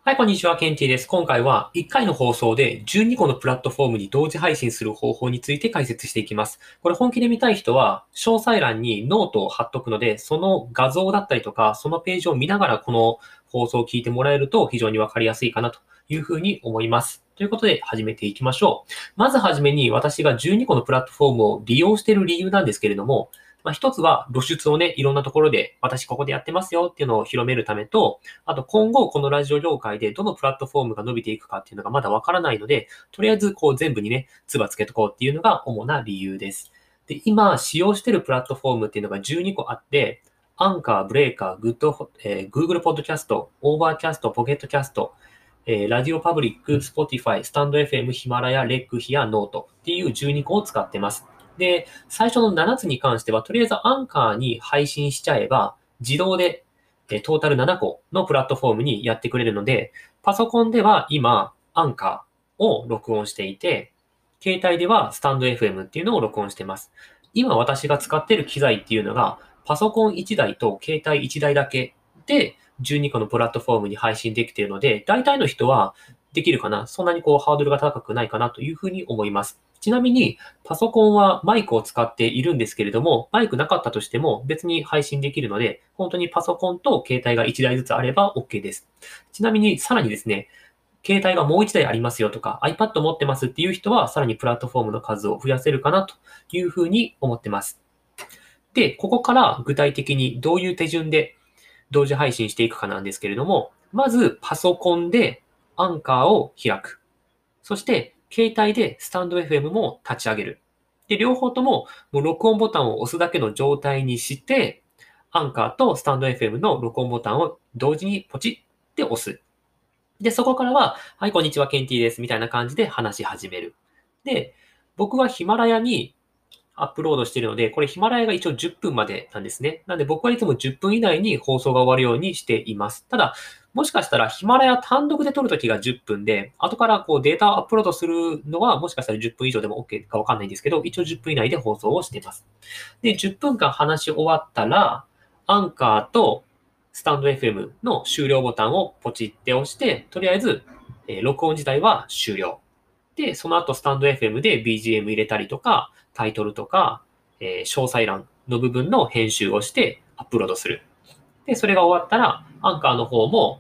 はい、こんにちは、ケンティです。今回は1回の放送で12個のプラットフォームに同時配信する方法について解説していきます。これ本気で見たい人は、詳細欄にノートを貼っとくので、その画像だったりとか、そのページを見ながらこの放送を聞いてもらえると非常にわかりやすいかなというふうに思います。ということで始めていきましょう。まずはじめに私が12個のプラットフォームを利用している理由なんですけれども、一つは露出をね、いろんなところで私ここでやってますよっていうのを広めるためと、あと今後このラジオ業界でどのプラットフォームが伸びていくかっていうのがまだわからないので、とりあえずこう全部にね、つけとこうっていうのが主な理由です。で、今使用しているプラットフォームっていうのが12個あって、アンカー、ブレイカー、Google ポッドキャスト、オーバーキャスト、ポケットキャスト、ラジオパブリック、Spotify、スタンド FM、ヒマラヤ、レックヒやノートっていう12個を使ってます。で、最初の7つに関しては、とりあえずアンカーに配信しちゃえば、自動でトータル7個のプラットフォームにやってくれるので、パソコンでは今、アンカーを録音していて、携帯ではスタンド FM っていうのを録音しています。今私が使っている機材っていうのが、パソコン1台と携帯1台だけで12個のプラットフォームに配信できているので、大体の人はできるかな。そんなにハードルが高くないかなというふうに思います。ちなみに、パソコンはマイクを使っているんですけれども、マイクなかったとしても別に配信できるので、本当にパソコンと携帯が1台ずつあれば OK です。ちなみに、さらにですね、携帯がもう1台ありますよとか、iPad 持ってますっていう人は、さらにプラットフォームの数を増やせるかなというふうに思ってます。で、ここから具体的にどういう手順で同時配信していくかなんですけれども、まずパソコンでアンカーを開く。そして、携帯でスタンド FM も立ち上げる。で、両方とも、もう録音ボタンを押すだけの状態にして、アンカーとスタンド FM の録音ボタンを同時にポチって押す。で、そこからは、はい、こんにちは、ケンティです。みたいな感じで話し始める。で、僕はヒマラヤにアップロードしているので、これヒマラヤが一応10分までなんですね。なんで僕はいつも10分以内に放送が終わるようにしています。ただ、もしかしたらヒマラヤ単独で撮るときが10分で、後からデータをアップロードするのはもしかしたら10分以上でも OK かわかんないんですけど、一応10分以内で放送をしています。で、10分間話し終わったら、アンカーとスタンド FM の終了ボタンをポチって押して、とりあえず、録音自体は終了。で、その後スタンド FM で BGM 入れたりとか、タイトルとか、詳細欄の部分の編集をしてアップロードする。で、それが終わったら、アンカーの方も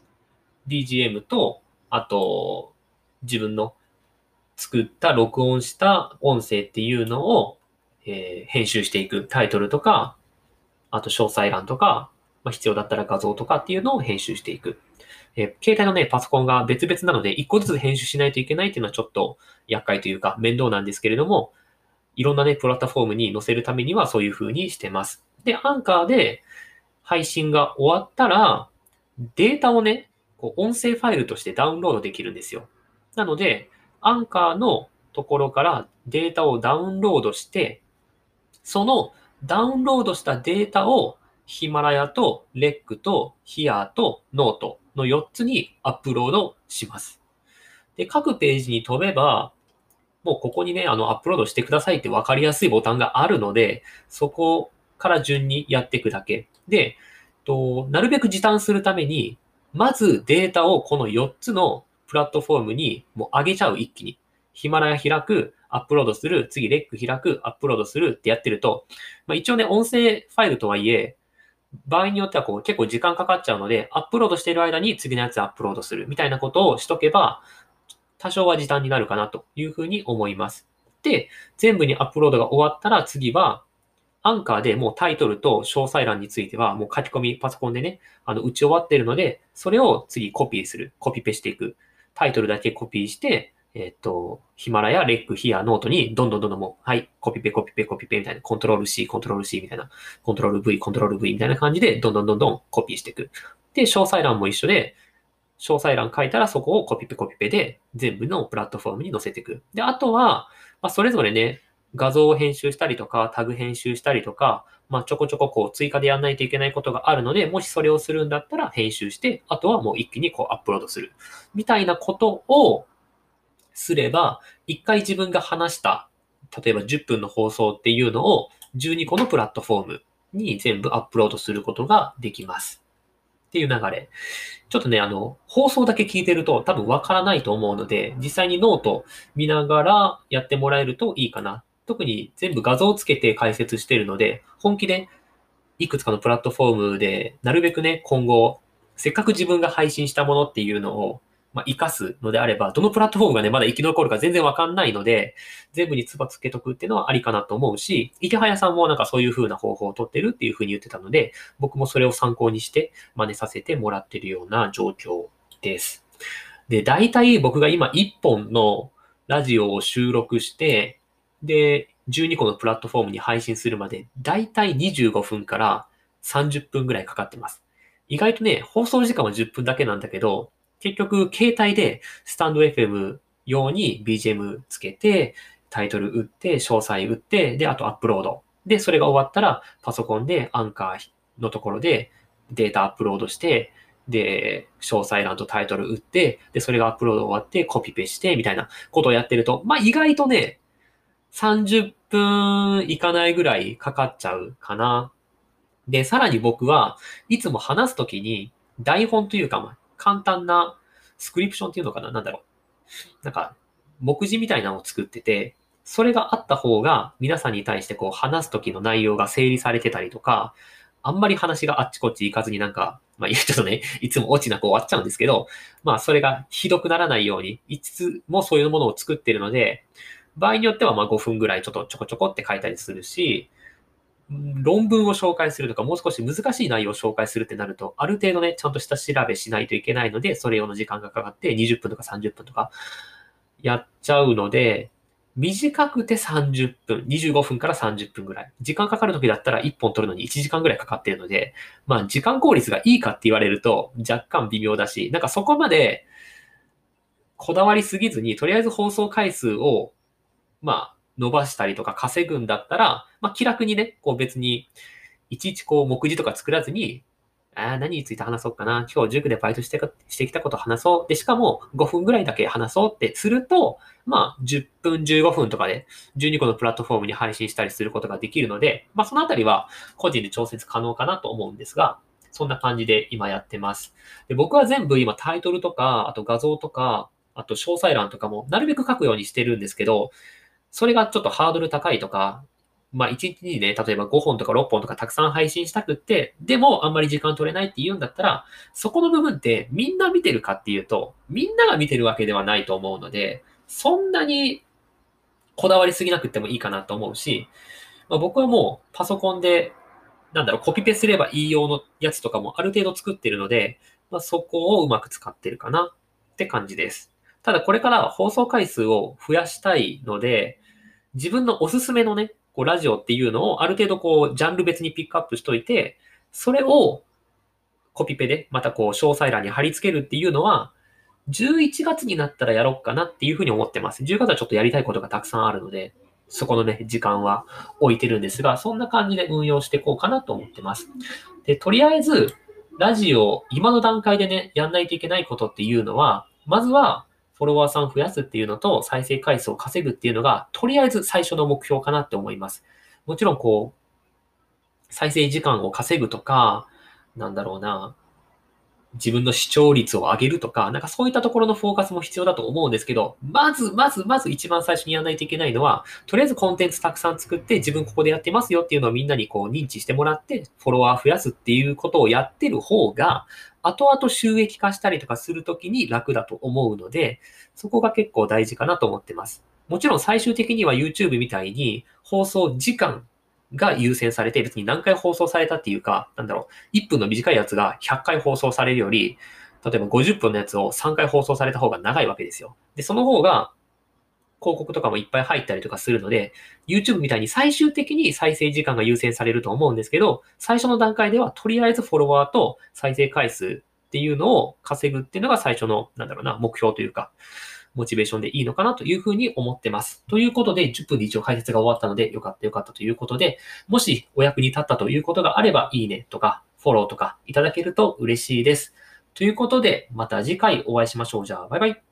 BGM と、あと、自分の作った録音した音声っていうのを、編集していく。タイトルとか、あと詳細欄とか、必要だったら画像とかっていうのを編集していく。携帯のね、パソコンが別々なので、一個ずつ編集しないといけないっていうのはちょっと厄介というか面倒なんですけれども、いろんなね、プラットフォームに載せるためにはそういう風にしてます。で、アンカーで配信が終わったら、データをね、音声ファイルとしてダウンロードできるんですよ。なので、アンカーのところからデータをダウンロードして、そのダウンロードしたデータをヒマラヤとレックとヒアーとノートの4つにアップロードします。で、各ページに飛べば、もうここにね、アップロードしてくださいって分かりやすいボタンがあるので、そこから順にやっていくだけ。で、なるべく時短するために、まずデータをこの4つのプラットフォームにもう上げちゃう、一気に。ヒマラヤ開く、アップロードする、次レック開く、アップロードするってやってると、一応ね、音声ファイルとはいえ、場合によっては結構時間かかっちゃうので、アップロードしている間に次のやつアップロードするみたいなことをしとけば、多少は時短になるかなというふうに思います。で、全部にアップロードが終わったら次は、アンカーでもうタイトルと詳細欄についてはもう書き込みパソコンでね、打ち終わっているので、それを次コピーする。コピペしていく。タイトルだけコピーして、ヒマラヤ、レック、ヒア、ノートにどんどんもう、はい、コピペ、コピペ、コピペみたいな、コントロール C、コントロール C みたいな、コントロール V、コントロール V みたいな感じで、どんどんコピーしていく。で、詳細欄も一緒で、詳細欄書いたらそこをコピペで全部のプラットフォームに載せていく。で、あとは、それぞれね、画像を編集したりとか、タグ編集したりとか、ちょこちょこ追加でやんないといけないことがあるので、もしそれをするんだったら編集して、あとはもう一気にアップロードする。みたいなことをすれば、一回自分が話した、例えば10分の放送っていうのを12個のプラットフォームに全部アップロードすることができます。 っていう流れ。ちょっとね、放送だけ聞いてると多分わからないと思うので、実際にノート見ながらやってもらえるといいかな。特に全部画像をつけて解説しているので、本気でいくつかのプラットフォームで、なるべくね、今後、せっかく自分が配信したものっていうのを、活かすのであれば、どのプラットフォームがね、まだ生き残るか全然わかんないので、全部につばつけとくっていうのはありかなと思うし、池早さんもなんかそういう風な方法をとってるっていう風に言ってたので、僕もそれを参考にして真似させてもらってるような状況です。で、大体僕が今1本のラジオを収録して、で、12個のプラットフォームに配信するまで、大体25分から30分ぐらいかかってます。意外とね、放送時間は10分だけなんだけど、結局、携帯でスタンド FM 用に BGM つけて、タイトル打って、詳細打って、で、あとアップロード。で、それが終わったら、パソコンでアンカーのところでデータアップロードして、で、詳細欄とタイトル打って、で、それがアップロード終わってコピペして、みたいなことをやってると、意外とね、30分いかないぐらいかかっちゃうかな。で、さらに僕はいつも話すときに台本というか、簡単なスクリプションっていうのかななんだろう。なんか、目次みたいなのを作ってて、それがあった方が皆さんに対してこう話すときの内容が整理されてたりとか、あんまり話があっちこっち行かずになんか、ちょっとね、いつもオチなく終わっちゃうんですけど、それがひどくならないように、いつつもそういうものを作ってるので、場合によっては5分ぐらいちょっとちょこちょこって書いたりするし、論文を紹介するとか、もう少し難しい内容を紹介するってなると、ある程度ね、ちゃんとした調べしないといけないので、それ用の時間がかかって20分とか30分とかやっちゃうので、短くて30分、25分から30分ぐらい。時間かかる時だったら1本取るのに1時間ぐらいかかってるので、時間効率がいいかって言われると若干微妙だし、なんかそこまでこだわりすぎずに、とりあえず放送回数を伸ばしたりとか稼ぐんだったら、気楽にね、こう別に、いちいちこう目次とか作らずに、何について話そうかな。今日塾でバイトしてきたこと話そう。で、しかも5分ぐらいだけ話そうってすると、10分、15分とかで12個のプラットフォームに配信したりすることができるので、そのあたりは個人で調節可能かなと思うんですが、そんな感じで今やってます。で、僕は全部今タイトルとか、あと画像とか、あと詳細欄とかもなるべく書くようにしてるんですけど、それがちょっとハードル高いとか、1日にね、例えば5本とか6本とかたくさん配信したくって、でもあんまり時間取れないって言うんだったら、そこの部分ってみんな見てるかっていうと、みんなが見てるわけではないと思うので、そんなにこだわりすぎなくてもいいかなと思うし、僕はもうパソコンで、コピペすればいい用のやつとかもある程度作ってるので、そこをうまく使ってるかなって感じです。ただこれから放送回数を増やしたいので、自分のおすすめのね、こうラジオっていうのをある程度こうジャンル別にピックアップしといて、それをコピペでまたこう詳細欄に貼り付けるっていうのは、11月になったらやろうかなっていうふうに思ってます。10月はちょっとやりたいことがたくさんあるので、そこのね、時間は置いてるんですが、そんな感じで運用していこうかなと思ってます。で、とりあえず、ラジオ、今の段階でね、やんないといけないことっていうのは、まずは、フォロワーさん増やすっていうのと、再生回数を稼ぐっていうのが、とりあえず最初の目標かなって思います。もちろん、こう、再生時間を稼ぐとか、なんだろうな、自分の視聴率を上げるとか、なんかそういったところのフォーカスも必要だと思うんですけど、まず一番最初にやらないといけないのは、とりあえずコンテンツたくさん作って、自分ここでやってますよっていうのをみんなにこう認知してもらって、フォロワー増やすっていうことをやってる方が、後々収益化したりとかするときに楽だと思うので、そこが結構大事かなと思ってます。もちろん最終的には YouTube みたいに放送時間が優先されて、別に何回放送されたっていうか、1分の短いやつが100回放送されるより、例えば50分のやつを3回放送された方が長いわけですよ。で、その方が広告とかもいっぱい入ったりとかするので、YouTube みたいに最終的に再生時間が優先されると思うんですけど、最初の段階ではとりあえずフォロワーと再生回数っていうのを稼ぐっていうのが最初の、目標というか、モチベーションでいいのかなというふうに思ってます。ということで、10分で一応解説が終わったので、よかったということで、もしお役に立ったということがあれば、いいねとか、フォローとかいただけると嬉しいです。ということで、また次回お会いしましょう。じゃあ、バイバイ。